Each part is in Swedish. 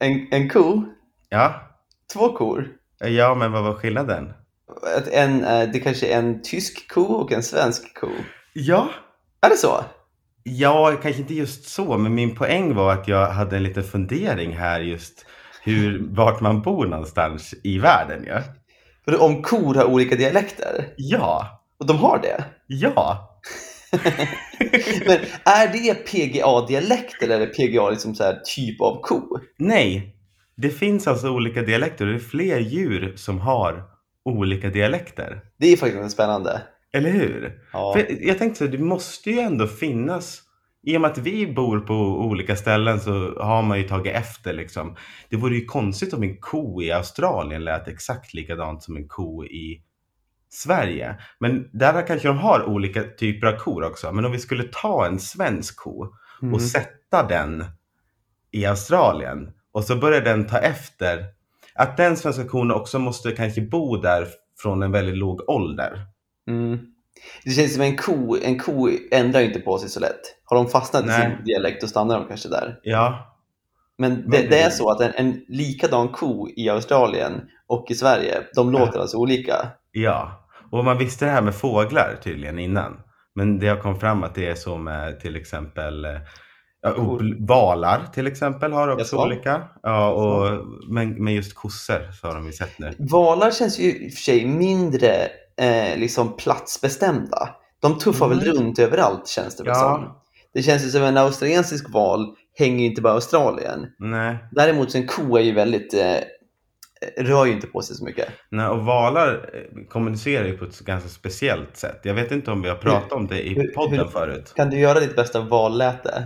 En ko? Ja. 2 kor? Ja, men vad var skillnaden? Det kanske är en tysk ko och en svensk ko. Ja. Är det så? Ja, kanske inte just så, men min poäng var att jag hade en liten fundering här just vart man bor någonstans i världen, ja. För om kor har olika dialekter? Ja. Och de har det? Ja. Men är det PGA-dialekt eller är det PGA liksom så här typ av ko? Nej, det finns alltså olika dialekter och det är fler djur som har olika dialekter. Det är faktiskt spännande. Eller hur? Ja. För jag tänkte så, det måste ju ändå finnas, i och med att vi bor på olika ställen så har man ju tagit efter liksom. Det vore ju konstigt om en ko i Australien lät exakt likadant som en ko i Sverige. Men där kanske de har olika typer av kor också. Men om vi skulle ta en svensk ko och sätta den i Australien och så börjar den ta efter att den svenska kon också måste kanske bo där från en väldigt låg ålder. Det känns som en ko ändrar inte på sig så lätt. Har de fastnat i sin dialekt då stannar de kanske där. Ja. Men det är så att en likadan ko i Australien och i Sverige, de låter alltså olika. Ja, och man visste det här med fåglar tydligen innan. Men det har kommit fram att det är så med till exempel valar till exempel har också olika. Ja, men just kossor så har de ju sett nu. Valar känns ju i och för sig mindre liksom platsbestämda. De tuffar väl runt överallt känns det väl som. Det känns ju som en australiensisk val hänger ju inte bara i Australien. Nej. Däremot en ko är ju väldigt rör ju inte på sig så mycket. Nej, och valar kommunicerar ju på ett ganska speciellt sätt. Jag vet inte om vi har pratat om det i podden förut. Kan du göra ditt bästa valläte?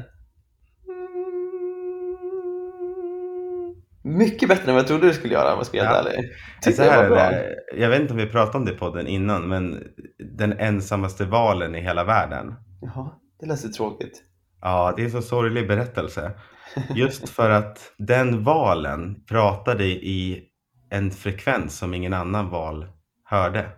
Mycket bättre än vad jag trodde du skulle göra om jag ska vara ärlig. Jag vet inte om vi pratade om det i podden innan, men den ensammaste valen i hela världen. Jaha, det lät så tråkigt. Ja, det är en så sorglig berättelse. Just för att den valen pratade i en frekvens som ingen annan val hörde.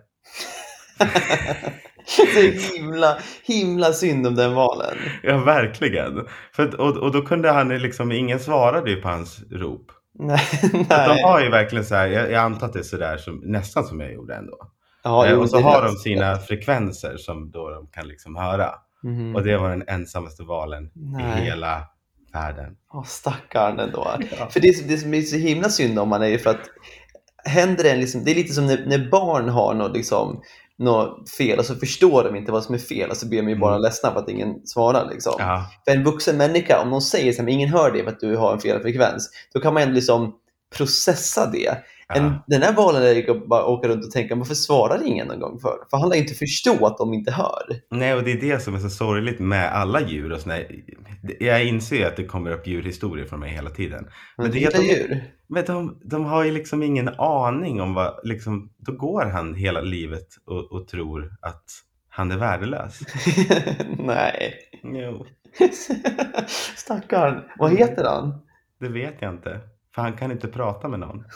Så himla synd om den valen. Ja, verkligen. Och då kunde han liksom, ingen svarade ju på hans rop. Nej. De har ju verkligen så här, jag antar att det är så där som, nästan som jag gjorde ändå. Ja, och så har de sina frekvenser som då de kan liksom höra. Och det var den ensammaste valen i hela världen. Stackarn ändå. Ja. För det som är så himla synd om man är ju för att händer det liksom, det är lite som när barn har något fel och så förstår de inte vad som är fel och så blir de ju bara ledsna för att ingen svarar liksom. För en vuxen människa, om någon säger så här, men ingen hör det för att du har en felfrekvens, då kan man ändå liksom processa det. Den här valen är ju bara åka runt och tänka, varför svarar ingen någon gång för han lär inte förstå att de inte hör. Nej, och det är det som är så sorgligt med alla djur och såna. Jag inser att det kommer upp djurhistorier från mig hela tiden. Men det är djur. Men de har ju liksom ingen aning om vad liksom, då går han hela livet och tror att han är värdelös. Nej. Jo. Stackarn. Vad heter han? Det vet jag inte. För han kan inte prata med någon.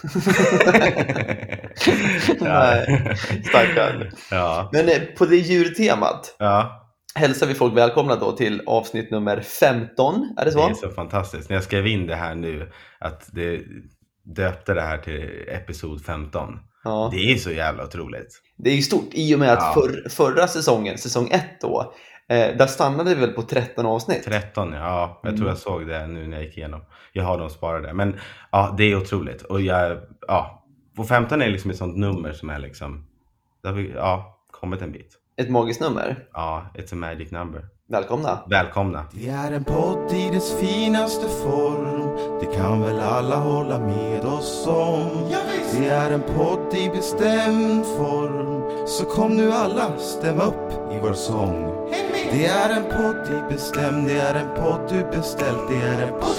Nej, stackarn. Ja. Men på det djurtemat hälsar vi folk välkomna då till avsnitt nummer 15. Är det så? Det är så fantastiskt. När jag skrev in det här nu, att det döpte det här till episod 15. Ja. Det är så jävla otroligt. Det är ju stort i och med att förra säsongen, säsong 1 då, där stannade vi väl på 13 avsnitt. 13, ja. Jag tror jag såg det nu när jag gick igenom. Jag har dem sparade. Men ja, det är otroligt. Och på 15 är liksom ett sånt nummer som är liksom, där vi kommit en bit. Ett magiskt nummer? Ja, it's a magic number. Välkomna. Det är en podd i dess finaste form. Det kan väl alla hålla med oss om. Det är en podd i bestämd form. Så kom nu alla, stämma upp i vår sång. Det är en podd i bestämd. Det är en podd du beställt. Det är en podd.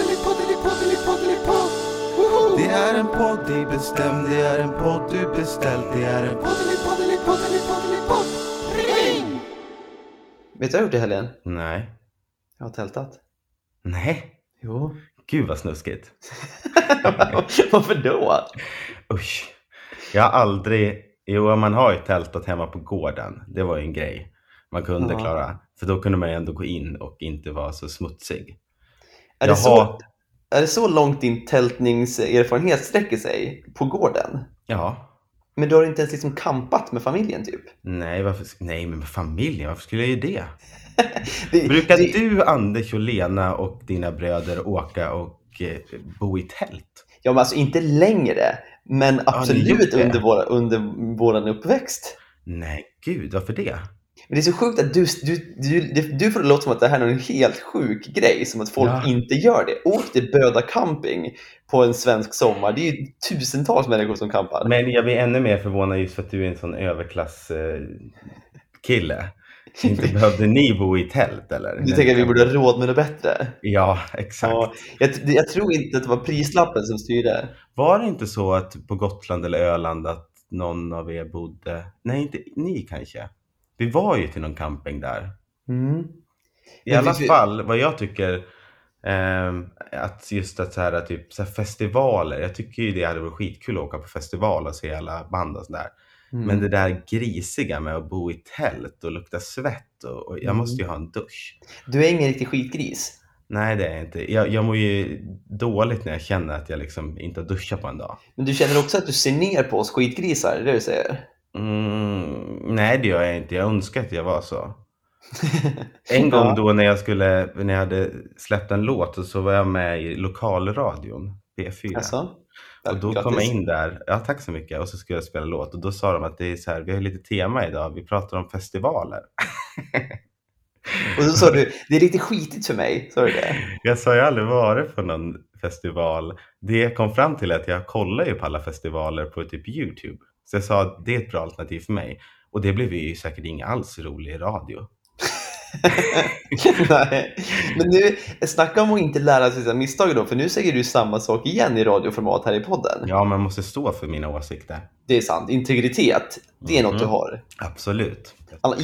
Det är en podd i bestämd. Det är en podd du beställt. Det är en podd. Vet du vad jag har gjort i helgen? Nej. Jag har tältat. Nej? Jo. Gud vad snuskigt. Varför då? Usch. Jag har aldrig... Jo, man har ju tältat hemma på gården. Det var ju en grej man kunde klara. För då kunde man ju ändå gå in och inte vara så smutsig. Är Är det så långt din tältningserfarenhet sträcker sig på gården? Ja. Men du har inte ens liksom kampat med familjen typ? Nej, men med familjen, varför skulle jag göra det? Brukar du, Anders och Lena och dina bröder åka och bo i tält? Ja, men alltså inte längre. Men absolut under våran uppväxt. Nej, gud, varför det? Men det är så sjukt att du får det låta som att det här är en helt sjuk grej. Som att folk inte gör det. Åk till Böda camping på en svensk sommar. Det är ju tusentals människor som campar. Men jag blir ännu mer förvånad just för att du är en sån överklass kille. Inte behövde ni bo i tält eller? Du tänker att vi borde ha råd med det bättre? Ja, exakt. Ja, jag tror inte att det var prislappen som styrde. Var det inte så att på Gotland eller Öland att någon av er bodde... Nej, inte ni kanske. Vi var ju till någon camping där. Mm. I alla fall, vad jag tycker... att just att så här, typ, så här festivaler. Jag tycker ju det hade varit skitkul att åka på festival och se alla band och sådär. Men det där grisiga med att bo i tält och lukta svett och jag måste ju ha en dusch. Du är ingen riktig skitgris. Nej, det är jag inte. Jag mår ju dåligt när jag känner att jag liksom inte har duschat på en dag. Men du känner också att du ser ner på oss skitgrisar, det du säger? Nej, det gör jag inte. Jag önskar att jag var så. En gång då när jag hade släppt en låt och så var jag med i lokalradion P4. Alltså? Och då kom jag in där, ja tack så mycket, och så skulle jag spela låt och då sa de att det är så här, vi har lite tema idag, vi pratar om festivaler. Och då sa du, det är lite skitigt för mig, sa du det? Jag sa jag aldrig varit på någon festival. Det kom fram till att jag kollar ju på alla festivaler på typ YouTube. Så jag sa att det är ett bra alternativ för mig. Och det blev ju säkert inga alls rolig radio. Nej, men nu snacka om att inte lära sig sina misstag då, för nu säger du samma sak igen i radioformat här i podden. Ja, man måste stå för mina åsikter. Det är sant, integritet, det är något du har. Absolut.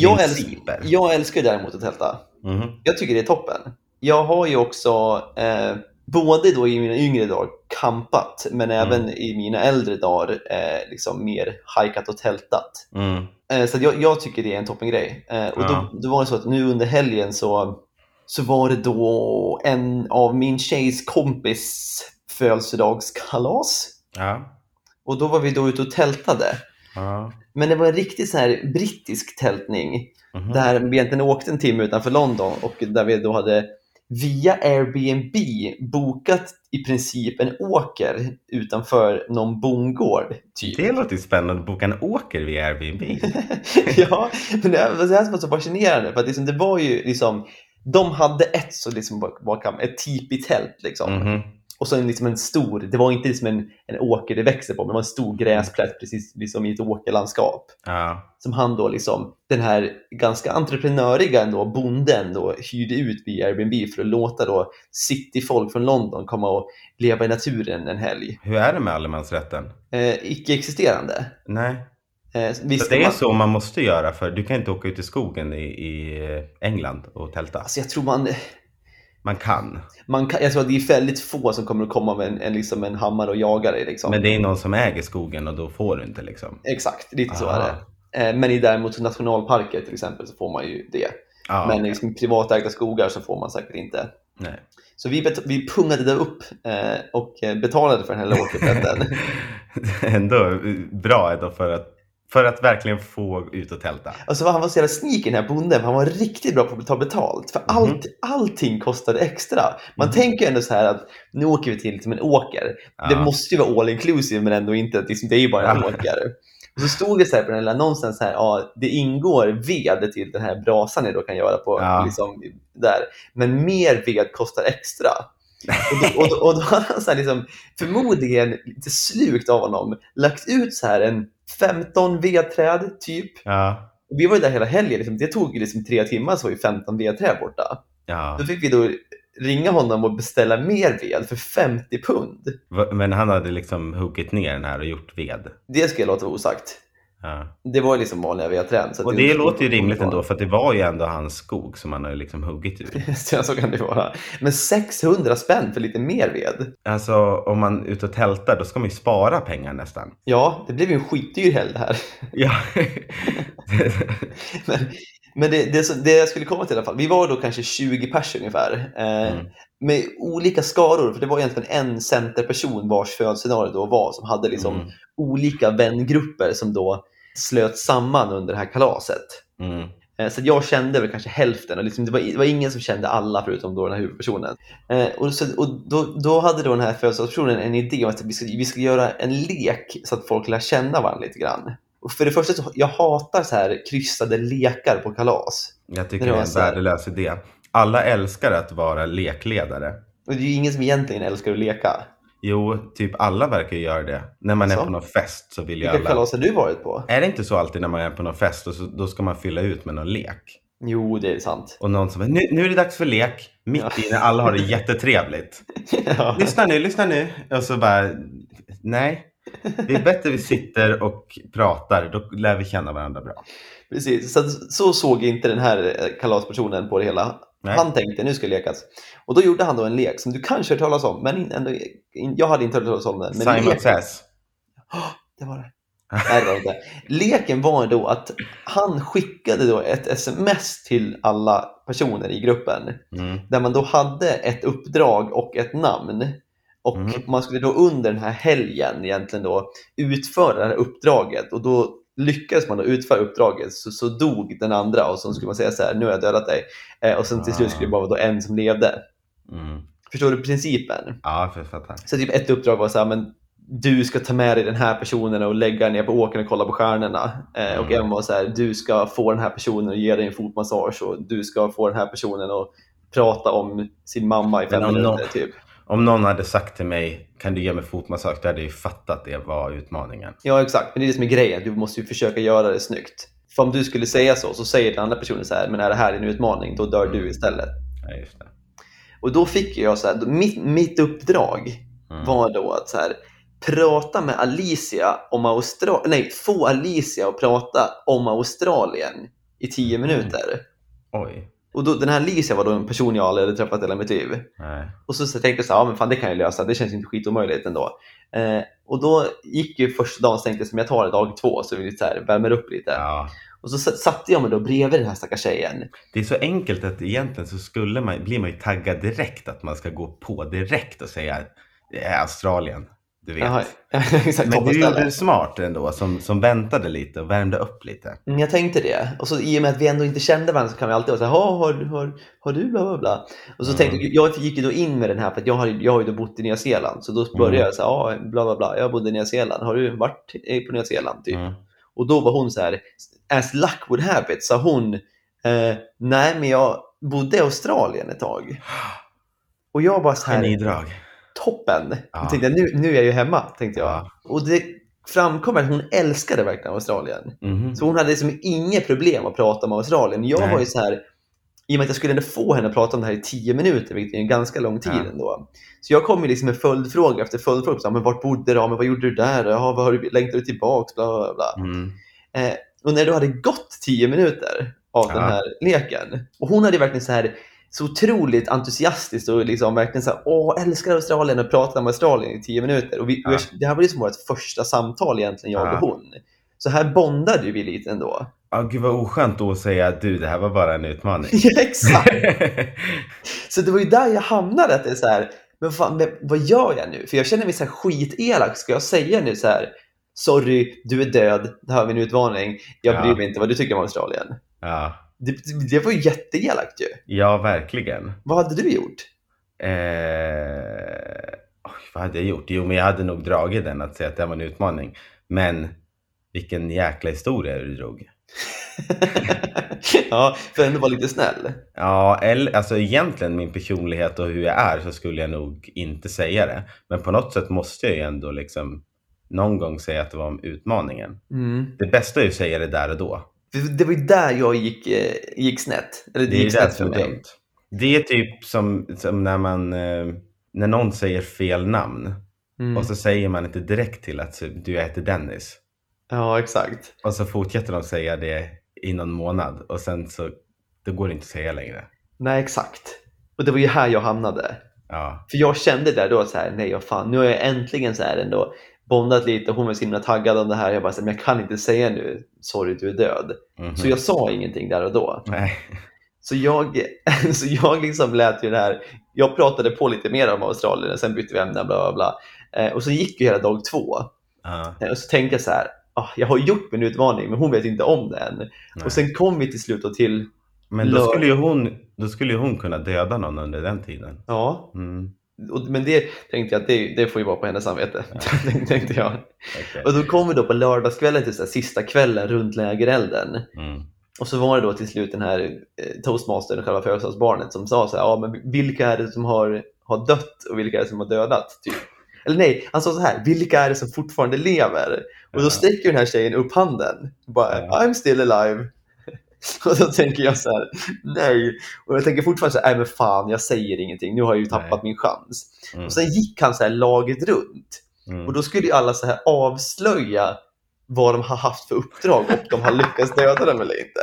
Jag älskar däremot att tälta. Jag tycker det är toppen. Jag har ju också både då i mina yngre dagar campat, men även i mina äldre dagar liksom mer hikat och tältat. Så jag tycker det är en toppengrej. Och då var det så att nu under helgen så var det då en av min tjejs kompis födelsedagskalas. Ja. Och då var vi då ute och tältade. Ja. Men det var en riktigt så här brittisk tältning. Där vi egentligen åkte en timme utanför London. Och där vi då hade via Airbnb bokat i princip en åker utanför någon bondgård. Typ. Det låter spännande att boka en åker via Airbnb. Ja, men det var så fascinerande. För att liksom, det var ju liksom, de hade ett tipi-tält liksom. Och så liksom en stor, det var inte liksom en åker det växer på, men det var en stor gräsplätt precis liksom i ett åkerlandskap. Ja. Som han då liksom, den här ganska entreprenöriga ändå, bonden då hyrde ut via Airbnb för att låta då cityfolk från London komma och leva i naturen en helg. Hur är det med allemansrätten? Icke-existerande. Nej. Så det är så man måste göra, för du kan inte åka ut i skogen i England och tälta. Alltså jag tror man kan. Jag tror att det är väldigt få som kommer att komma med en hammare och jaga dig liksom. Men det är någon som äger skogen och då får du inte liksom. Exakt, lite så är det. Men i däremot nationalparker till exempel så får man ju det. Men i liksom privatägda skogar så får man säkert inte. Nej. Så vi pungade det upp och betalade för den här åkerplätten. Ändå bra ändå för att verkligen få ut och tälta. Alltså han var så jävla sneaky, den här bonden. Han var riktigt bra på att ta betalt. För allting kostade extra. Man tänker ändå så här att nu åker vi till som en åker. Det måste ju vara all inclusive, men ändå inte. Det är ju bara en åker. Och så stod det så här på den här annonsen så här, det ingår ved till den här brasan ni då kan göra på liksom, där. Men mer ved kostar extra. Och då har han så här, liksom, förmodligen lite slukt av honom lagt ut så här en 15 vedträd typ. Ja. Och vi var ju där hela helgen. Liksom. Det tog liksom 3 timmar så var ju 15 vedträd borta. Ja. Då fick vi då ringa honom och beställa mer ved för 50 pund. Men han hade liksom huggit ner den här och gjort ved. Det ska jag låta osagt. Ja. Det var ju liksom vanliga vedträd. Och det låter ju rimligt ändå, för att det var ju ändå hans skog som han har liksom huggit ur. Så kan det vara. Men 600 spänn för lite mer ved. Alltså om man är ute och tältar, då ska man ju spara pengar nästan. Ja, det blev ju en skitdyr helg det här. Ja. Men det jag skulle komma till i alla fall, vi var då kanske 20 pers ungefär, med olika skaror, för det var egentligen en centerperson vars födelsedag då var, som hade liksom olika vängrupper som då slöt samman under det här kalaset. Så jag kände väl kanske hälften, och liksom det var ingen som kände alla förutom då den här huvudpersonen. Och då hade då den här födelsedagspersonen en idé om att vi ska göra en lek så att folk lär känna varandra lite grann. Och för det första så jag hatar så här kryssade lekar på kalas. Jag tycker det är en värdelös idé. Alla älskar att vara lekledare. Och det är ju ingen som egentligen älskar att leka. Jo, typ alla verkar göra det. När man är på någon fest så vill ju alla... Vilka kalas har du varit på? Är det inte så alltid när man är på någon fest och då ska man fylla ut med någon lek? Jo, det är sant. Och någon som nu är det dags för lek. Mitt i när alla har det jättetrevligt. Ja. Lyssna nu. Och så bara, nej. Det är bättre vi sitter och pratar. Då lär vi känna varandra bra. Precis, så såg inte den här kalaspersonen på det hela. Nej. Han tänkte, nu ska lekas. Och då gjorde han då en lek som du kanske hört talas om, men jag hade inte hört talas om den. Men Simon Says. Det var det. Nej, det var inte. Leken var då att han skickade då ett sms till alla personer i gruppen. Där man då hade ett uppdrag och ett namn. Och man skulle då under den här helgen egentligen då utföra det här uppdraget. Och då lyckades man då utföra uppdraget, så dog den andra. Och så skulle man säga så här, nu har jag dödat dig. Och sen till slut skulle det bara vara då en som levde. Förstår du principen? Ja, jag fattar. Så typ ett uppdrag var så här, men du ska ta med dig den här personen och lägga ner på åkern och kolla på stjärnorna. Och en var så här, du ska få den här personen och ge dig en fotmassage. Och du ska få den här personen och prata om sin mamma i 5 minuter typ. Om någon hade sagt till mig, kan du ge mig fotmassage? Då hade jag ju fattat det var utmaningen. Ja, exakt. Men det är det som är grejen. Du måste ju försöka göra det snyggt. För om du skulle säga så säger den andra personen så här, men är det här en utmaning? Då dör du istället. Ja, just det. Och då fick jag så här, mitt uppdrag var då att så här, prata med Alicia om Australien. Få Alicia att prata om Australien i 10 minuter. Oj. Och då, den här Alicia var då en person jag aldrig hade träffat i hela mitt liv. Nej. Och så tänkte jag så här, ja men fan det kan jag lösa. Det känns inte skitomöjligt ändå. Och då gick ju första dagen, så tänkte jag som jag tar det dag 2 så vi så här värmer upp lite. Ja. Och så satte jag mig då bredvid den här stackars tjejen. Det är så enkelt att egentligen så blir man ju taggad direkt att man ska gå på direkt och säga det är Australien. Du vet. Jaha, exakt, men du gjorde det smart ändå, som väntade lite och värmde upp lite. Jag tänkte det. Och så i och med att vi ändå inte kände varandra så kan vi alltid säga, har du bla bla bla. Och så tänkte jag gick ju då in med den här för att jag har ju då bott i Nya Zeeland. Så då började jag säga, bla bla bla, jag bodde i Nya Zeeland. Har du varit på Nya Zeeland typ? Och då var hon så här, as luck would have it, sa hon, nej men jag bodde i Australien ett tag. Och jag bara så här, genidrag. Toppen. Jag tänkte, nu är jag ju hemma, tänkte jag. Och det framkom att hon älskade verkligen Australien. Så hon hade liksom inget problem att prata om Australien. Jag var ju så här, i och med att jag skulle ändå få henne att prata om det här i 10 minuter, vilket är en ganska lång tid ändå. Så jag kom ju liksom med följdfråga efter följdfråga. Så, men vart bodde du? Men vad gjorde du där? Längtade du tillbaka? Bla, bla, bla. Och när det hade gått 10 minuter av den här leken. Och hon hade verkligen så otroligt entusiastiskt och liksom verkligen så här, älskar Australien och pratar om Australien i 10 minuter. Och det här var liksom vårt första samtal egentligen, jag och hon. Så här bondade vi lite ändå. Ja, gud vad oskönt då att säga att det här var bara en utmaning. Ja, exakt. Så det var ju där jag hamnade, att det är så här, men fan, vad gör jag nu? För jag känner mig så här skitelak. Ska jag säga nu så här, sorry, du är död, det här är en utmaning. Jag bryr mig inte vad du tycker om Australien. Ja. Det var ju jätteelakt ju. Ja, verkligen. Vad hade du gjort? Vad hade jag gjort? Jo, men jag hade nog dragit den att säga att det var en utmaning. Men vilken jäkla historia du drog. Ja, för ändå var lite snäll. Ja, alltså egentligen min personlighet och hur jag är så skulle jag nog inte säga det. Men på något sätt måste jag ju ändå liksom någon gång säga att det var utmaningen. Det bästa är ju att säga det där och då. Det var ju där jag gick snett. Eller det gick snett för mig. Dumt. Det är typ som när någon säger fel namn. Och så säger man inte direkt till att du heter Dennis. Ja, exakt. Och så fortsätter de säga det i någon månad. Och sen så det går det inte att säga längre. Nej, exakt. Och det var ju här jag hamnade. Ja. För jag kände där då så här, nej fan, nu har jag äntligen så här ändå bondat lite, hon var så himla taggad om det här. Jag bara så här, men jag kan inte säga nu, sorry du är död. Så jag sa ingenting där och då. Nej. Så jag liksom lät ju det här. Jag pratade på lite mer om Australien, sen bytte vi ämne, bla bla bla. Och så gick ju hela dag 2. Och så tänkte jag så här, jag har gjort min utmaning, men hon vet inte om det än. Nej. Och sen kom vi till slut och till. Men då skulle ju hon kunna döda någon under den tiden. Ja. Men det tänkte jag att det får ju vara på hennes samvete. Tänkte jag. Okay. Och då kom vi då på lördagskvällen till så här, sista kvällen runt lägerelden. Och så var det då till slut den här toastmastern, själva födelsedagsbarnet, som sa så här, men vilka är det som har dött och vilka är det som har dödat? Typ. Eller nej, han sa så här, vilka är det som fortfarande lever? Och då sträcker den här tjejen upp handen. Bara, I'm still alive. Och då tänker jag så här, nej. Och jag tänker fortfarande så här, nej men fan, jag säger ingenting. Nu har jag ju tappat min chans. Och sen gick han så här laget runt. Och då skulle ju alla så här avslöja vad de har haft för uppdrag och de har lyckats döda dem eller inte.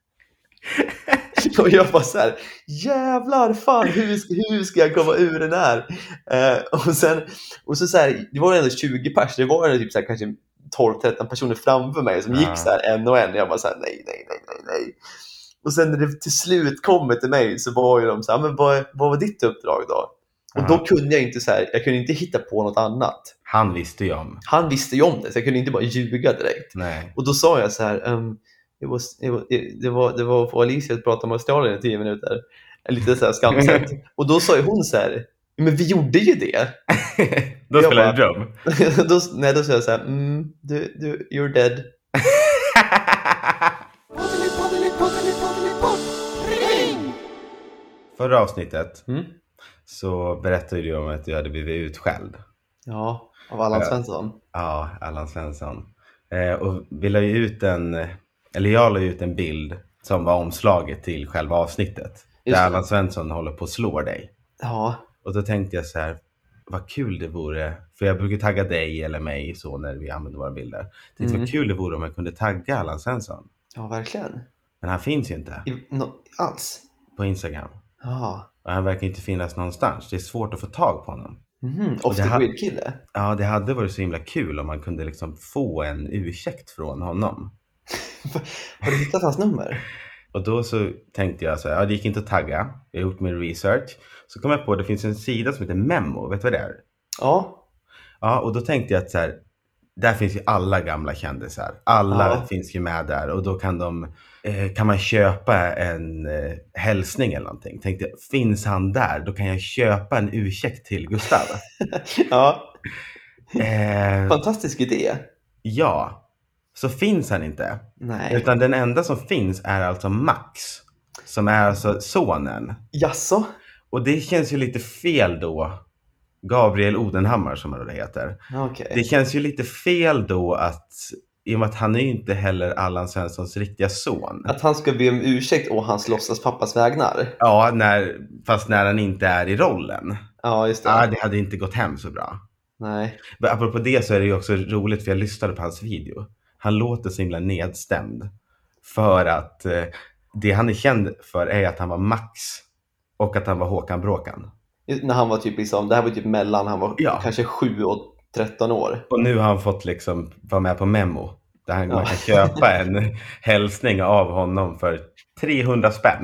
Och jag var så här, jävlar fan, hur ska jag komma ur den här? Och så här, det var ändå 20 pers, det var ändå typ så här, kanske 12-13 personer framför mig som gick så här en och en. Jag var så här, nej. Och sen när det till slut kommer till mig så var ju de så här, men vad var ditt uppdrag då? Och då kunde jag inte så här, jag kunde inte hitta på något annat. Han visste ju om det, så jag kunde inte bara ljuga direkt. Nej. Och då sa jag så här, det var på Alicia att prata om Australien i 10 minuter. Lite så här skamset. Och då sa ju hon så här, men vi gjorde ju det. Då spelade du drum. Då sa jag så här, you're dead. Förra avsnittet så berättade du om att du hade blivit utskälld. Ja, av Allan Svensson. Ja, Allan Svensson. Och vi la ju ut jag la ut en bild som var omslaget till själva avsnittet. Där Allan Svensson håller på att slå dig. Ja. Och då tänkte jag så här, vad kul det vore. För jag brukar tagga dig eller mig så när vi använder våra bilder. Tänkte vad kul det vore om jag kunde tagga Allan Svensson. Ja, verkligen. Men han finns ju inte. Alls? På Instagram. Ja. Och han verkar inte finnas någonstans. Det är svårt att få tag på honom. Off-the-grid-kille. Ja, det hade varit så himla kul om man kunde liksom få en ursäkt från honom. Har du hittat hans nummer? Och då så tänkte jag så här, det gick inte att tagga. Jag har gjort min research. Så kom jag på att det finns en sida som heter Memo. Vet du vad det är? Ja. Ja, och då tänkte jag att så här, där finns ju alla gamla kändisar. Alla finns ju med där. Och då kan man köpa en hälsning eller någonting. Tänkte, finns han där? Då kan jag köpa en ursäkt till Gustav. Ja. Fantastisk idé. Ja. Så finns han inte. Nej. Utan den enda som finns är alltså Max. Som är alltså sonen. Jaså? Och det känns ju lite fel då. Gabriel Odenhammar som han heter. Okay. Det känns ju lite fel då att, i och med att han är ju inte heller Allan Svenssons riktiga son. Att han ska be om ursäkt och hans låtsas pappas vägnar. Ja, fast när han inte är i rollen. Ja, just det. Ja, det hade inte gått hem så bra. Nej. Men apropå det så är det ju också roligt för jag lyssnade på hans video. Han låter så himla nedstämd. För att det han är känd för är att han var Max. Och att han var Håkan Bråkan. När han var typ liksom, det här var typ mellan, han var kanske 7 och 13 år. Och nu har han fått liksom vara med på Memo. Där man kan köpa en hälsning av honom för 300 spänn.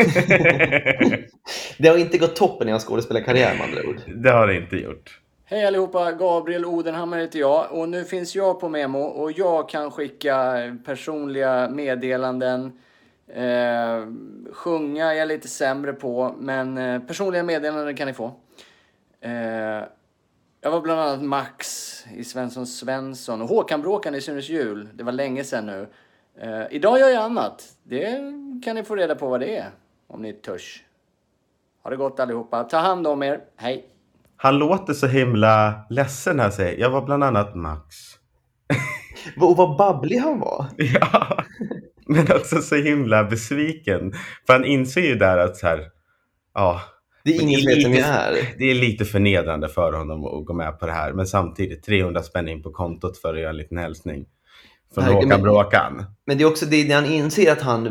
Det har inte gått toppen i hans skådespelarkarriär med andra ord. Det har det inte gjort. Hej allihopa, Gabriel Odenhammar heter jag och nu finns jag på Memo och jag kan skicka personliga meddelanden. Sjunga är jag lite sämre på, men personliga meddelanden kan ni få. Jag var bland annat Max i Svensson och Håkan Bråkan i Sunes jul. Det var länge sedan nu. Idag gör jag annat. Det kan ni få reda på vad det är om ni törs. Ha det gott allihopa. Ta hand om er. Hej. Han låter så himla ledsen här, säger jag var bland annat Max. Och vad babblig han var. Ja, men också så himla besviken. För han inser ju där att så här, ja. Det är ingen som vet vem jag är. Det är lite förnedrande för honom att gå med på det här. Men samtidigt 300 spänn in på kontot för att göra en liten hälsning. Från Håkan Bråkan. Men det är också det när han inser att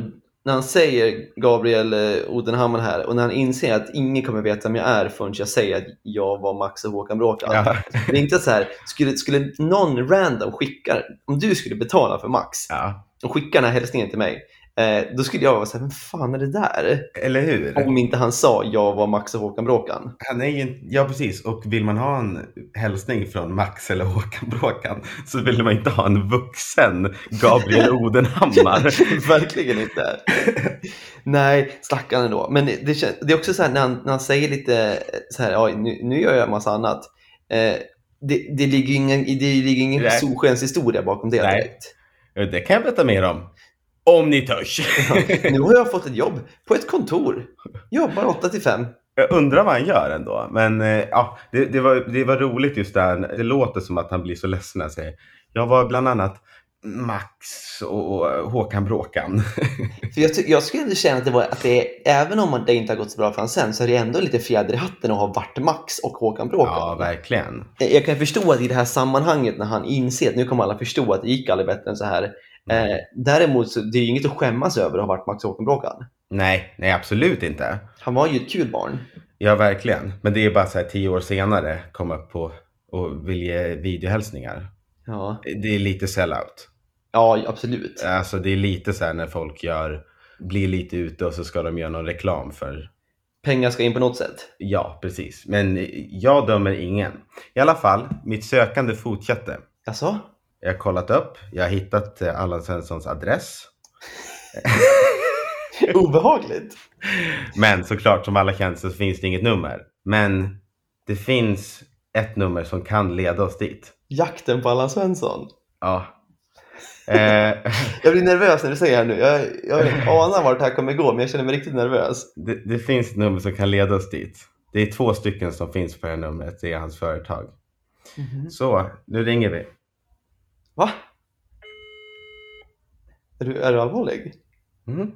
när han säger Gabriel Odenhammar här och när han inser att ingen kommer veta vem jag är förrän jag säger att jag var Max och Håkan Bråkan. Ja. Det är inte så här, skulle någon random skicka, om du skulle betala för Max och skicka den här hälsningen till mig, då skulle jag vara så här, men fan är det där? Eller hur? Om inte han sa jag var Max och Håkan Bråkan. Han är ju, ja precis, och vill man ha en hälsning från Max eller Håkan Bråkan så vill man inte ha en vuxen Gabriel Odenhammar. Verkligen inte. Nej, stackarn ändå. Men det är också så här när han säger lite så här, ja, nu gör jag en massa annat. Det ligger ingen solskenshistoria bakom det direkt. Det kan jag berätta mer om ni törs. Nu har jag fått ett jobb på ett kontor. Jobbar 8-5. Jag undrar vad han gör ändå. Men ja, det var roligt just där. Det låter som att han blir så ledsen när jag säger. Jag var bland annat Max och Håkan Bråkan. För jag skulle ändå känna att det även om det inte har gått så bra för han sen, så är det ändå lite fjäder i hatten att ha varit Max och Håkan Bråkan. Ja, verkligen. Jag kan förstå att i det här sammanhanget när han inser att nu kommer alla förstå att det gick aldrig bättre än så här. Däremot så det är ju inget att skämmas över att ha varit Max och Håkan Bråkan. Nej, absolut inte. Han var ju ett kul barn. Ja, verkligen. Men det är bara så här 10 år senare komma upp på och vill ge videohälsningar. Ja. Det är lite sellout. Ja, absolut. Alltså det är lite så här när folk blir lite ute och så ska de göra någon reklam för... Pengar ska in på något sätt. Ja, precis. Men jag dömer ingen. I alla fall, mitt sökande fortsätter. Alltså? Jag har kollat upp. Jag har hittat Allan Svenssons adress. Obehagligt. Men såklart, som alla tjänster så finns det inget nummer. Men det finns ett nummer som kan leda oss dit. Jakten på Allan Svensson. Ja. Jag blir nervös när du säger det här nu. Jag anar vart det här kommer gå, men jag känner mig riktigt nervös. Det finns ett nummer som kan leda oss dit. Det är 2 stycken som finns på det här numret. Det är hans företag. Mm-hmm. Så, nu ringer vi. Va? Är du allvarlig? Mm.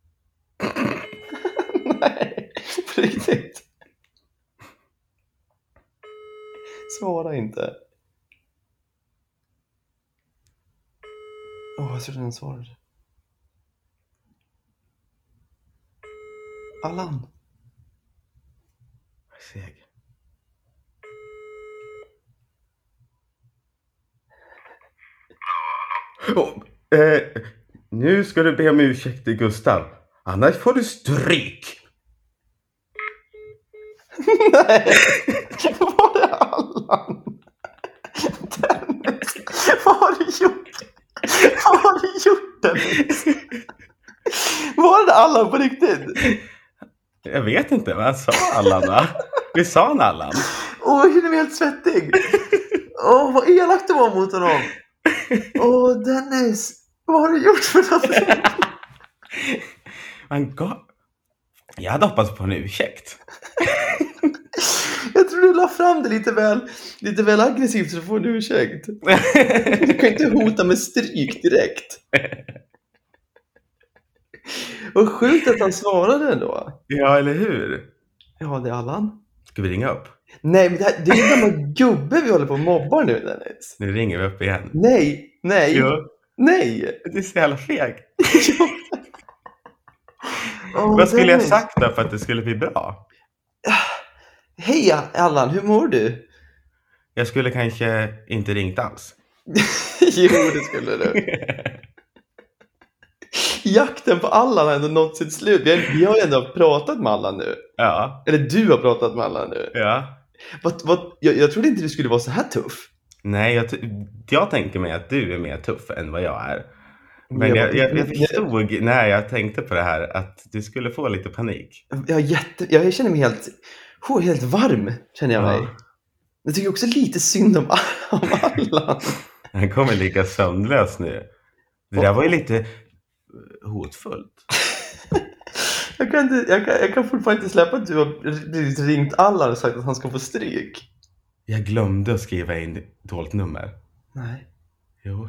Nej, på riktigt. Svara inte. Jag tror den svarade. Allan. Seg. Nu ska du be om ursäkt till Gustav. Annars får du stryk. Nej. Var det Allan? Dennis. Vad har du gjort? Vad har du gjort, Dennis? Var det Allan på riktigt? Jag vet inte, vad sa Allan då? Vi sa en Allan. Jag känner mig helt svettig. Vad elakt det var mot honom. Dennis. Vad har du gjort för någonting? Jag hade hoppats på en ursäkt. Jag tror du la fram det lite väl aggressivt så du får en ursäkt. Du kan inte hota med stryk direkt. Och sjukt att han svarade ändå. Ja, eller hur? Ja, det är Allan. Ska vi ringa upp? Nej, men det är ju gammal gubbe vi håller på och mobbar nu, Dennis. Nu ringer vi upp igen. Nej. Jo. Nej. Det är så jävla feg. Vad skulle jag sagt då för att det skulle bli bra? Hej Allan, hur mår du? Jag skulle kanske inte ringt alls. Jo, det skulle du. Jakten på Allan har ändå nått sitt slut. Vi har ju ändå pratat med Allan nu. Ja. Eller du har pratat med Allan nu. Ja. Jag trodde inte du skulle vara så här tuff. Nej, jag tänker mig att du är mer tuff än vad jag är. Men jag förstod när jag tänkte på det här att du skulle få lite panik. Jag känner mig helt varm, känner jag mig. Ja. Jag tycker också lite synd om Allan. Han kommer ligga sömnlös nu. Det där var ju lite hotfullt. Jag kan fortfarande inte släppa att du har ringt Allan och sagt att han ska få stryk. Jag glömde att skriva in dolt nummer. Nej. Jo.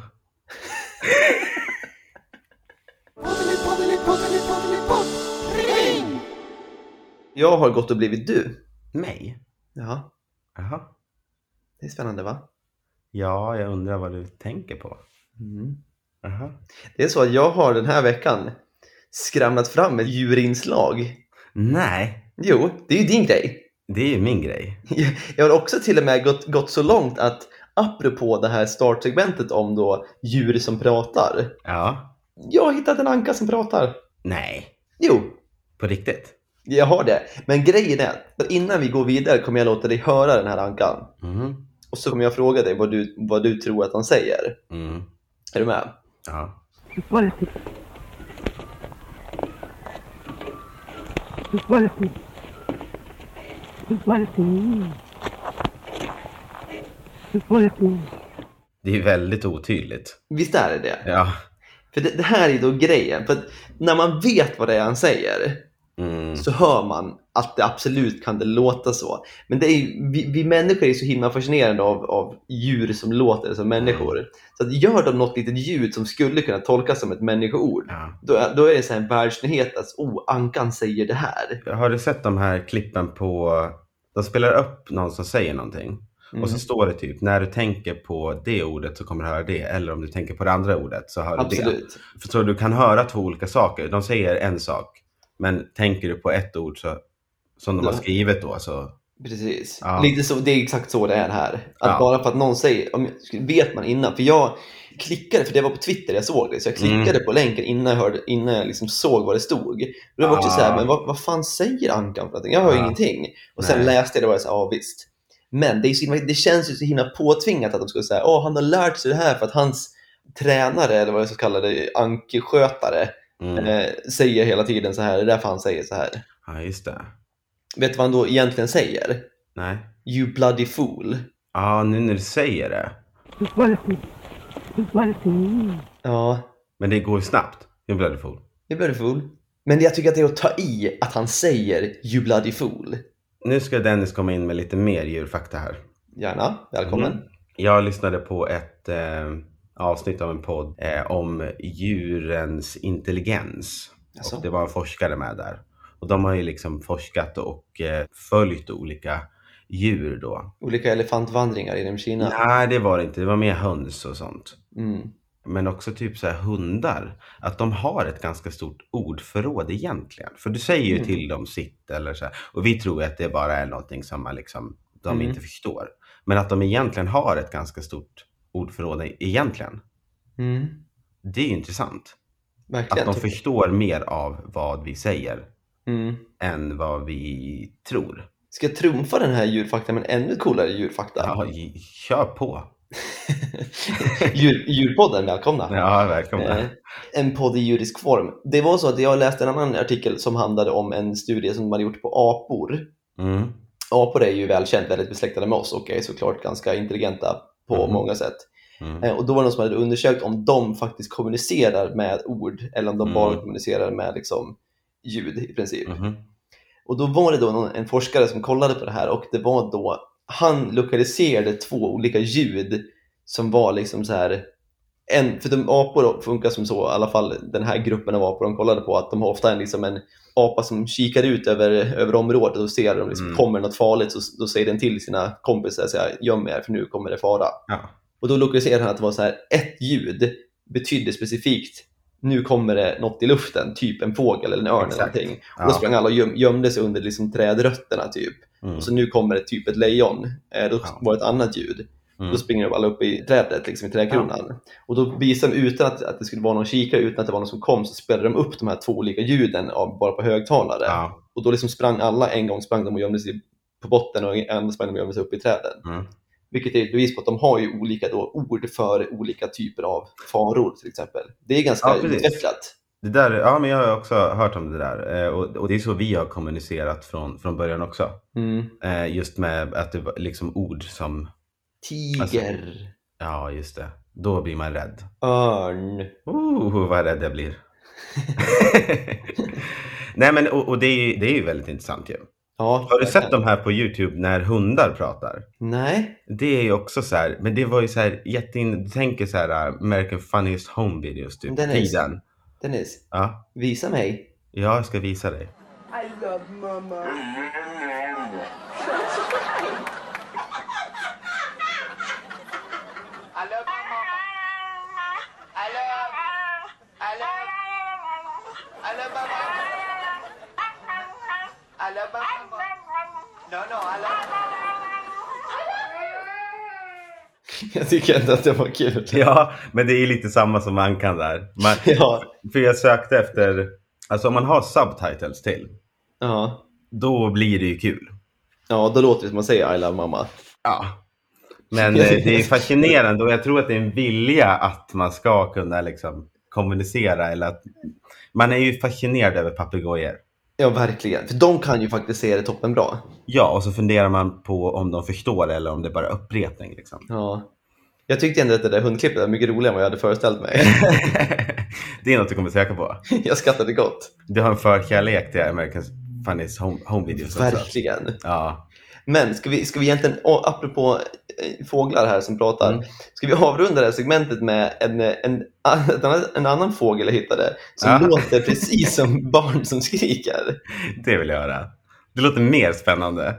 Jag har gått och blivit du. Mig? Ja. Jaha. Det är spännande, va? Ja, jag undrar vad du tänker på. Mm. Aha. Det är så att jag har den här veckan skramlat fram ett djurinslag. Nej, Jo, det är ju din grej. det är ju min grej. Jag har också till och med gått så långt att apropå det här startsegmentet om då djur som pratar. Ja. Jag har hittat en anka som pratar. Nej, Jo, på riktigt. jag har det. Men grejen är att innan vi går vidare kommer jag låta dig höra den här ankan. Mm. Och så kommer jag fråga dig vad du tror att han säger. Mm. Är du med? Ja. Det är väldigt otydligt. Visst är det? Ja. För det här är då grejen. För att när man vet vad det är han säger så hör man att det absolut kan det låta så. Men det är ju, vi människor är så himla fascinerande av djur som låter som människor. Så att gör de något litet ljud som skulle kunna tolkas som ett människoord, då är det så här en världsnyhet att ankan säger det här. Har du sett de här klippen på... De spelar upp någon som säger någonting. Och så står det typ, när du tänker på det ordet så kommer du höra det. Eller om du tänker på det andra ordet så hör du Absolut. det. För så du kan höra två olika saker. De säger en sak. Men tänker du på ett ord så, som de har skrivit då så... Precis. Ja. Lite så, det är exakt så det är här. Att bara för att någon säger, vet man innan. För jag klickade, för det var på Twitter jag såg det. Så jag klickade på länken innan jag liksom såg vad det stod. Och det var också så här, men vad fan säger ankan för någonting? Jag hör ingenting. Och sen läste jag det och var så här, visst. Men det känns ju så himla påtvingat att de skulle säga, han har lärt sig det här för att hans tränare, eller vad jag ska kalla det, ankeskötare, säger hela tiden så här. Det är därför han säger så här. Ja, just det. Vet du vad han då egentligen säger? Nej. You bloody fool. Ja, nu när du säger det. Ja. Men det går ju snabbt. You bloody fool. You bloody fool. Men jag tycker att det är att ta i att han säger you bloody fool. Nu ska Dennis komma in med lite mer djurfakta här. Gärna, välkommen. Jag lyssnade på ett avsnitt av en podd om djurens intelligens. Alltså? Och det var en forskare med där. Och de har ju liksom forskat och följt olika djur då. Olika elefantvandringar inom Kina. Nej, det var det inte. Det var mer höns och sånt. Mm. Men också typ så här hundar. Att de har ett ganska stort ordförråd egentligen. För du säger ju till dem sitt eller så här. Och vi tror att det bara är någonting som man liksom, de inte förstår. Men att de egentligen har ett ganska stort ordförråd egentligen. Mm. Det är ju intressant. Verkligen. Att de förstår mer av vad vi säger Mm. än vad vi tror. Ska jag trumfa den här djurfakta med en ännu coolare djurfakta? Ja, kör på. Djurpodden, välkomna. Ja, välkomna. En podd i juridisk form. Det var så att jag läste en annan artikel som handlade om en studie som man gjort på apor. Apor är ju välkänt, väldigt besläktade med oss och är såklart ganska intelligenta på många sätt. Och då var det någon som hade undersökt om de faktiskt kommunicerar med ord eller om de bara kommunicerar med liksom ljud i princip. Och då var det då en forskare som kollade på det här och det var då han lokaliserade 2 olika ljud som var liksom så här för de apor funkar som så, i alla fall den här gruppen av apor de kollade på, att de har ofta en apa som kikar ut över området och ser om liksom kommer något farligt, så då säger den till sina kompisar så här, göm er för nu kommer det fara. Ja. Och då lokaliserade han att det var så här, ett ljud betydde specifikt nu kommer det något i luften, typ en fågel eller en örn eller någonting. Och då sprang alla och gömde sig under liksom trädrötterna typ. Och så nu kommer det typ ett lejon. Då var det ett annat ljud. Då springer de alla upp i trädet, liksom i trädkronan. Och då visade de utan att det skulle vara någon kikare, utan att det var någon som kom, så spelade de upp de här 2 olika ljuden bara på högtalare. Och då liksom sprang alla, en gång sprang de och gömde sig på botten och en sprang de och gömde sig upp i träden. Vilket är ett bevis på att de har ju olika ord för olika typer av faror till exempel. Det är ganska utvecklat. Det där, men jag har också hört om det där. Och det är så vi har kommunicerat från början också. Just med att det var liksom ord som... Tiger. Alltså, ja, just det. Då blir man rädd. Örn. Vad rädd jag blir. Nej, men och det är ju väldigt intressant ju. Ja, har du sett de här på YouTube när hundar pratar? Nej. Det är ju också så här, men det var ju så här du tänker så här American Funniest Home Videos typ. Dennis. Ja. Visa mig. Ja, jag ska visa dig. I love mama. I love I love my mama. No, I love Jag tycker ändå att det var kul. Ja, men det är lite samma som Ankan där. Ja. För jag sökte efter, alltså om man har subtitles till, Ja. då blir det ju kul. Ja, då låter det som man säger I love mamma. Ja. Men det är fascinerande och jag tror att det är en vilja att man ska kunna liksom kommunicera, eller att man är ju fascinerad över papegojor. Ja, verkligen. För de kan ju faktiskt se det toppen bra. Ja, och så funderar man på om de förstår eller om det bara är upprepning liksom. Ja. Jag tyckte ändå att det där hundklippet var mycket roligare än vad jag hade föreställt mig. Det är något du kommer söka på. Jag skrattade gott. Du har en förkärlek till American Funnies home videos också. Verkligen. Ja. Men ska vi egentligen, apropå fåglar här som pratar, ska vi avrunda det här segmentet med en annan fågel jag hittade som låter precis som barn som skriker. Det vill jag höra. Det låter mer spännande.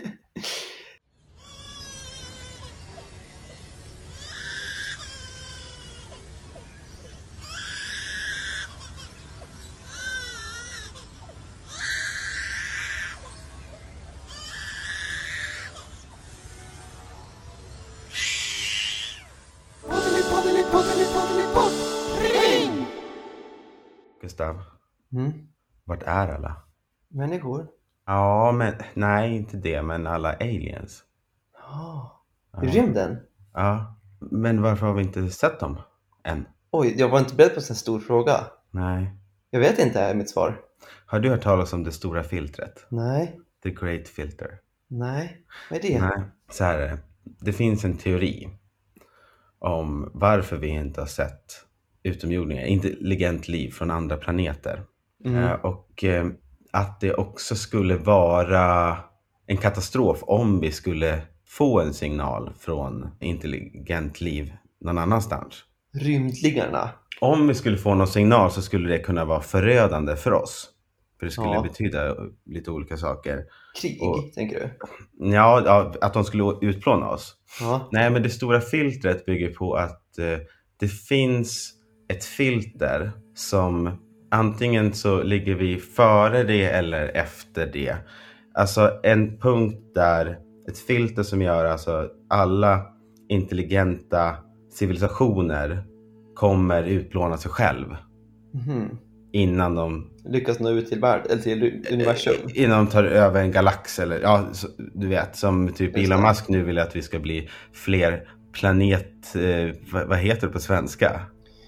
Gustav, vart är alla? Människor? Ja, men nej, inte det, men alla aliens. I rymden? Ja, men varför har vi inte sett dem än? Oj, jag var inte beredd på en sån stor fråga. Nej. Jag vet inte, är mitt svar. Har du hört talas om det stora filtret? Nej. The Great Filter? Nej. Vad är det? Nej, så här är det. Det finns en teori om varför vi inte har sett utomjordingar, intelligent liv från andra planeter. Och att det också skulle vara en katastrof om vi skulle få en signal från intelligent liv någon annanstans. Rymdliggarna? Om vi skulle få någon signal så skulle det kunna vara förödande för oss. För det skulle betyda lite olika saker. Krig, tänker du? Ja, att de skulle utplåna oss. Ja. Nej, men det stora filtret bygger på att det finns ett filter som antingen så ligger vi före det eller efter det. Alltså en punkt där, ett filter som gör alltså alla intelligenta civilisationer kommer utplåna sig själv. Innan de lyckas nå ut till världen eller till universum. Innan de tar över en galax eller ja, du vet, som typ Elon Musk nu vill att vi ska bli fler planet, vad heter det på svenska?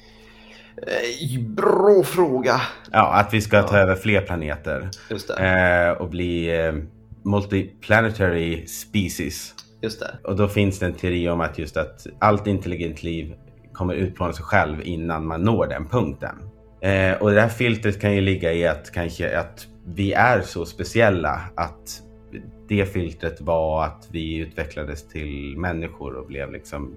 Bra fråga. Ja, att vi ska ta över fler planeter. Just det. Och bli multiplanetary species. Just det. Och då finns det en teori om att just att allt intelligent liv kommer utplåna sig själv innan man når den punkten. Och det här filtret kan ju ligga i att kanske att vi är så speciella att det filtret var att vi utvecklades till människor och blev liksom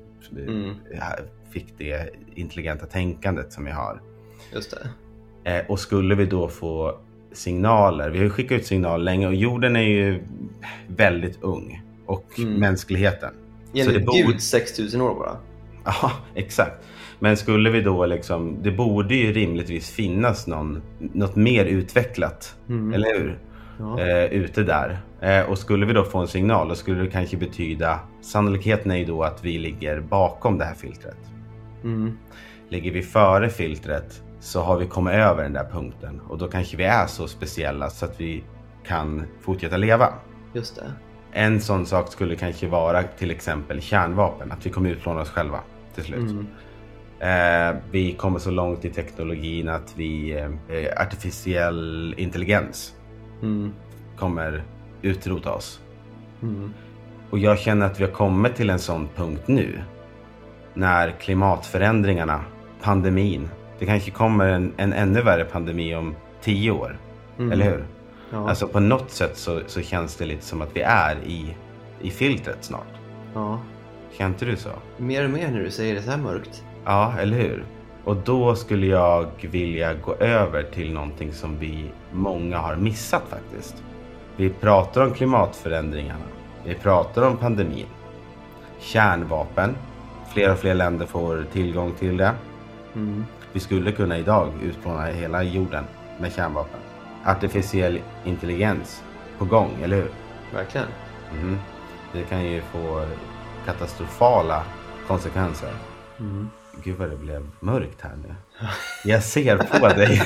fick det intelligenta tänkandet som vi har. Just det. Och skulle vi då få signaler, vi har ju skickat ut signaler länge och jorden är ju väldigt ung och mänskligheten. Enligt Gud 6000 år bara. Ja, exakt. Men skulle vi då liksom, det borde ju rimligtvis finnas något mer utvecklat, eller hur? Ja. Ute där. Och skulle vi då få en signal, då skulle det kanske betyda, sannolikheten är ju då att vi ligger bakom det här filtret. Ligger vi före filtret så har vi kommit över den där punkten. Och då kanske vi är så speciella så att vi kan fortsätta leva. Just det. En sån sak skulle kanske vara till exempel kärnvapen. Att vi kommer utplåna oss själva till slut. Vi kommer så långt i teknologin att vi artificiell intelligens kommer utrota oss. Och jag känner att vi har kommit till en sån punkt nu. När klimatförändringarna, pandemin, det kanske kommer en ännu värre pandemi om 10 år. Eller hur? Ja. Alltså på något sätt så känns det lite som att vi är i filtret snart. Ja. Känner inte du så? Mer och mer när du säger det så här mörkt. Ja, eller hur? Och då skulle jag vilja gå över till någonting som vi många har missat faktiskt. Vi pratar om klimatförändringarna. Vi pratar om pandemin. Kärnvapen. Fler och fler länder får tillgång till det. Vi skulle kunna idag utplåna hela jorden med kärnvapen. Artificiell intelligens. på gång, eller hur? Verkligen. Mhm. Det kan ju få katastrofala konsekvenser. Gud vad det blev mörkt här nu. Jag ser på dig.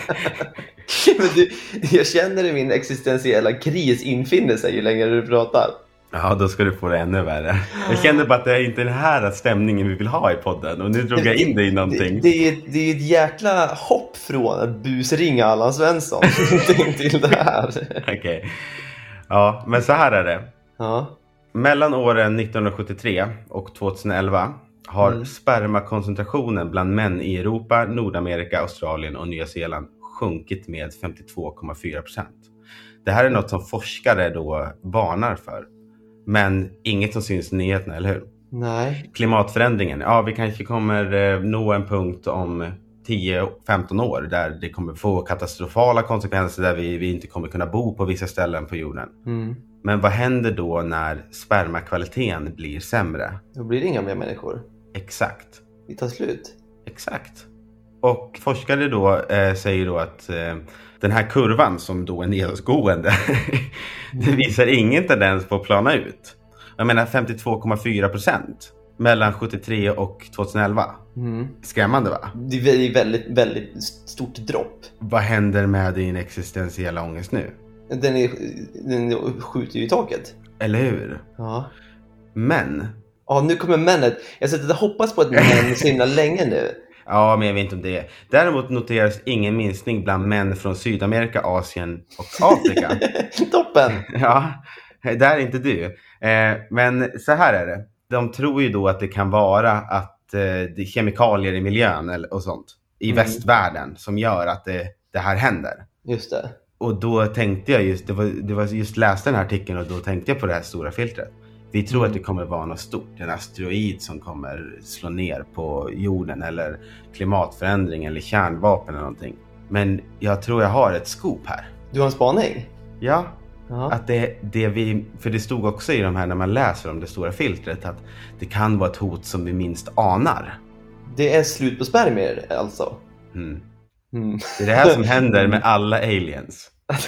Men jag känner att min existentiella kris infinner sig ju längre du pratar. Ja, då ska du få det ännu värre. Jag känner bara att det är inte den här stämningen vi vill ha i podden. Och nu drog jag in dig i någonting. Det är ett jäkla hopp från att busringa Allan Svensson till det här. Okej. Ja, men så här är det. Ja. Mellan åren 1973 och 2011 har spermakoncentrationen bland män i Europa, Nordamerika, Australien och Nya Zeeland sjunkit med 52,4%. Det här är något som forskare då varnar för. Men inget som syns i nyheterna, eller hur? Nej. Klimatförändringen. Ja, vi kanske kommer nå en punkt om 10-15 år där det kommer få katastrofala konsekvenser där vi inte kommer kunna bo på vissa ställen på jorden. Men vad händer då när spermakvaliteten blir sämre? Då blir det inga mer människor. Exakt. Vi tar slut. Exakt. Och forskare då säger då att den här kurvan som då är nedåtgående det visar ingen tendens på att plana ut. Jag menar 52,4% mellan 73 och 2011. Skrämmande, va? Det är väldigt, väldigt stort dropp. Vad händer med din existentiella ångest nu? Den skjuter ju i taket. Eller hur? Ja. Men... Ja, nu kommer männet. Jag har suttit och hoppats på ett män så himla länge nu. Ja, men jag vet inte om det är. Däremot noteras ingen minskning bland män från Sydamerika, Asien och Afrika. Toppen! Ja, där är inte du. Men så här är det. De tror ju då att det kan vara att det är kemikalier i miljön och sånt i västvärlden som gör att det här händer. Just det. Och då tänkte jag just, det var just läste den här artikeln och då tänkte jag på det här stora filtret. Vi tror att det kommer vara något stort, en asteroid som kommer slå ner på jorden eller klimatförändring eller kärnvapen eller någonting. Men jag tror jag har ett scoop här. Du har en spaning? Ja, Ja. att det vi, för det stod också i de här när man läser om det stora filtret att det kan vara ett hot som vi minst anar. Det är slut på spermier alltså? Det är det här som händer med alla aliens.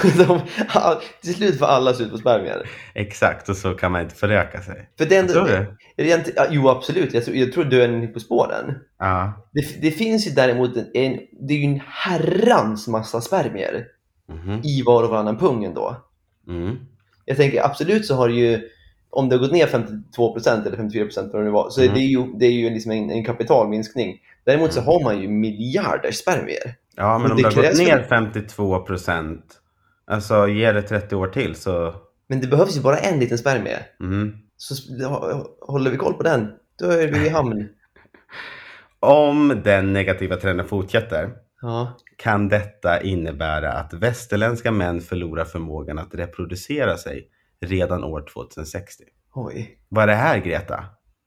Till slut får alla slut på spermier. Exakt, och så kan man inte föröka sig. För det ändå, tror du? Jo, absolut. Jag tror du är en på spåren. Ja. Det finns ju däremot det är ju en herrans massa spermier i var och varannan pung ändå. Jag tänker absolut så har det ju, om det har gått ner 52% eller 54% vad det nu var, så det är ju liksom en kapitalminskning. Däremot så har man ju miljarder spermier. Ja, men om det har gått ner 52%, alltså ger det 30 år till så... Men det behövs ju bara en liten spermie. Så håller vi koll på den, då är vi i hamn. Om den negativa trenden fortsätter Ja. kan detta innebära att västerländska män förlorar förmågan att reproducera sig redan år 2060. Oj. Vad är det här, Greta?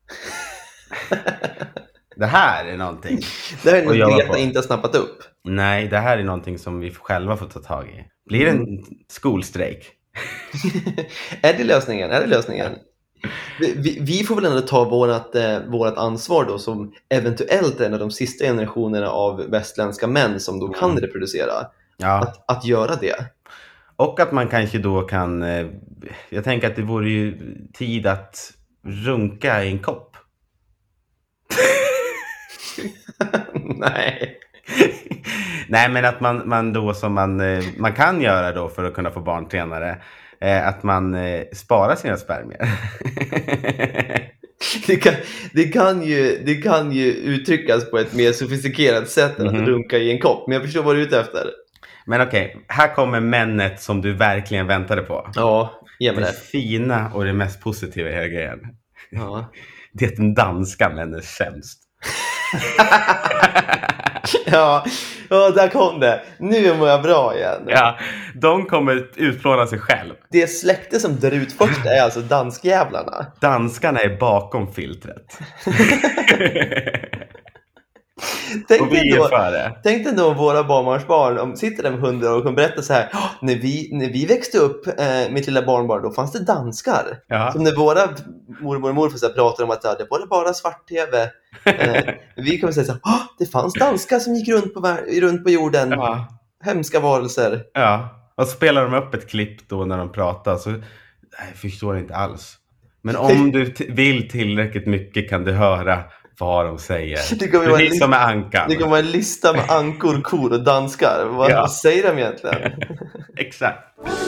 Det här är någonting. Det här är något Greta inte har snappat upp. Nej, det här är någonting som vi själva får ta tag i. Blir det en skolstrejk? Är det lösningen? Vi får väl ändå ta vårat ansvar då, som eventuellt en av de sista generationerna av västländska män som då kan reproducera. Ja. Att göra det. Och att man kanske då kan... Jag tänker att det vore ju tid att runka i en kopp. Nej. Nej, men att man då som man kan göra då för att kunna få barn senare, att man sparar sina spermier. Det kan ju uttryckas på ett mer sofistikerat sätt än att runka i en kopp. Men jag förstår vad du är ute efter. Men okej, här kommer männet som du verkligen väntade på. Ja, ge mig det det. Fina och det mest positiva i hela grejen. Ja. Det är den danska männens tjänst. Ja, där kom det. Nu mår jag bra igen. Ja, de kommer utplåna sig själv. Det släkte som dör ut först är alltså danskjävlarna. Danskarna är bakom filtret. Tänk dig då våra barnbarnsbarn sitter där med 100 år och kommer berätta så här: när vi växte upp, mitt lilla barnbarn, då fanns det danskar. Ja. Som när våra mormor och morfar så här pratar om att det var bara svart-tv. Vi kommer säga så här: det fanns danskar som gick runt på jorden. Ja. Hemska varelser. Ja, Och spelar de upp ett klipp då när de pratar så jag förstår inte alls. Men om du vill tillräckligt mycket kan du höra vad de säger. Det kommer vara Precis som med ankan. Det kommer vara en lista med ankor, kor och danskar. Vad säger de egentligen? Exakt.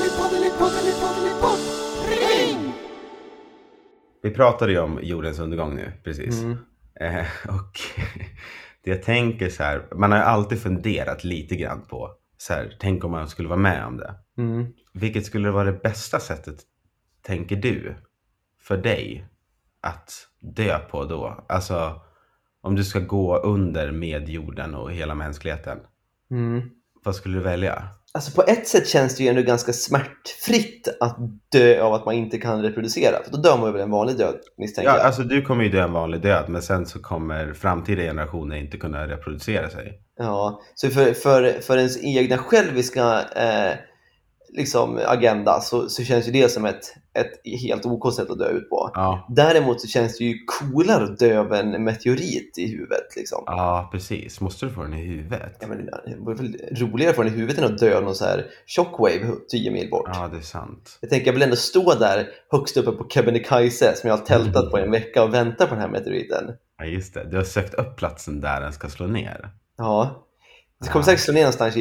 Vi pratade ju om jordens undergång nu, precis. Och det jag tänker så här, man har alltid funderat lite grann på så här, tänk om man skulle vara med om det. Vilket skulle vara det bästa sättet, tänker du, för dig att dö på då? Alltså, om du ska gå under med jorden och hela mänskligheten. Vad skulle du välja? Alltså på ett sätt känns det ju ändå ganska smärtfritt att dö av att man inte kan reproducera. För då dör man ju väl en vanlig död, misstänker jag. Ja, alltså du kommer ju dö en vanlig död, men sen så kommer framtida generationer inte kunna reproducera sig. Ja, så för ens egna själviska liksom agenda så känns ju det som ett helt OK sätt att dö ut på. Ja. Däremot så känns det ju coolare att dö av en meteorit i huvudet liksom. Ja, precis. Måste du få den i huvudet? Ja, men det var väl roligare att få den i huvudet än att dö av någon så här shockwave 10 mil bort. Ja, det är sant. Jag tänker jag vill ändå stå där högst uppe på Kebnekaise som jag har tältat på en vecka och vänta på den här meteoriten. Ja, just det. Du har sökt upp platsen där den ska slå ner. Ja. Det kommer säkert slå ner någonstans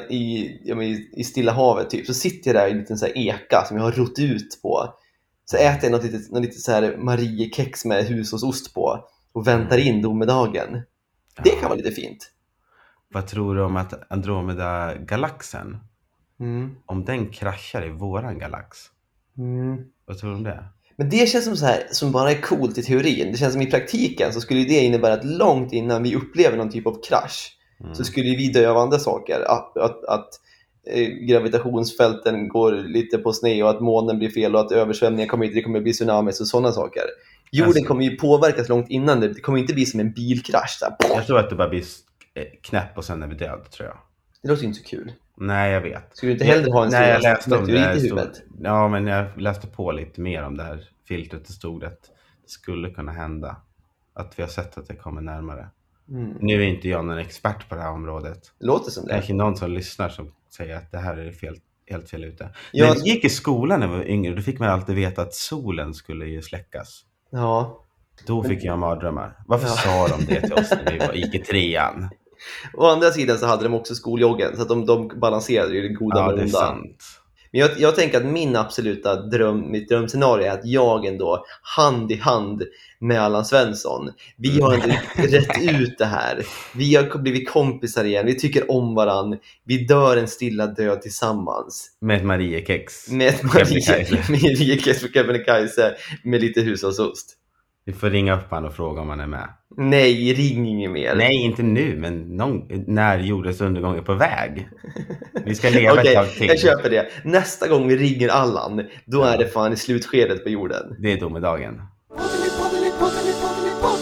i Stilla havet typ. Så sitter jag där i en liten så här eka som jag har rott ut på. Så äter jag något lite så här Mariekex med hushållsost på. Och väntar in domedagen. Det kan vara lite fint. Vad tror du om att Andromeda-galaxen, om den kraschar i våran galax? Vad tror du om det? Men det känns som så här, som bara är coolt i teorin. Det känns som i praktiken så skulle det innebära att långt innan vi upplever någon typ av krasch så skulle vi dö av andra saker. Att gravitationsfälten går lite på sned och att månen blir fel och att översvämningar det kommer bli tsunamis och sådana saker. Jorden kommer ju påverkas långt innan det kommer inte bli som en bilkrasch. Så här. Jag tror att det bara blir knäpp och sen är vi död, tror jag. Det låter ju inte så kul. Nej, jag vet. Skulle du inte hellre ha en jag läste om det i huvudet? Ja, men jag läste på lite mer om det här filtret. Det stod att det skulle kunna hända. Att vi har sett att det kommer närmare. Nu är inte jag någon expert på det här området. Det låter som det. Kanske någon som lyssnar som säger att det här är helt fel ute. När vi gick i skolan när vi var yngre, då fick man alltid veta att solen skulle ju släckas. Ja. Då fick jag mardrömmar. Varför sa de det till oss när vi gick i 3:an? Å andra sidan så hade de också skoljoggen. Så att de balanserade ju det goda med det onda. Det är sant. Men jag tänker att min absoluta mitt drömscenario är att jag ändå hand i hand med Allan Svensson. Vi har ändå rätt ut det här. Vi har blivit kompisar igen. Vi tycker om varann. Vi dör en stilla död tillsammans. Med ett Mariekex. Med ett Mariekex för Kebnekaise med lite hushållsost. Vi får ringa upp han och fråga om han är med. Nej, ring inget mer. Nej, inte nu, men när jordens undergång är på väg. Vi ska leva ett tag till. Jag köper det. Nästa gång vi ringer Allan, då är det fan i slutskedet på jorden. Det är domedagen.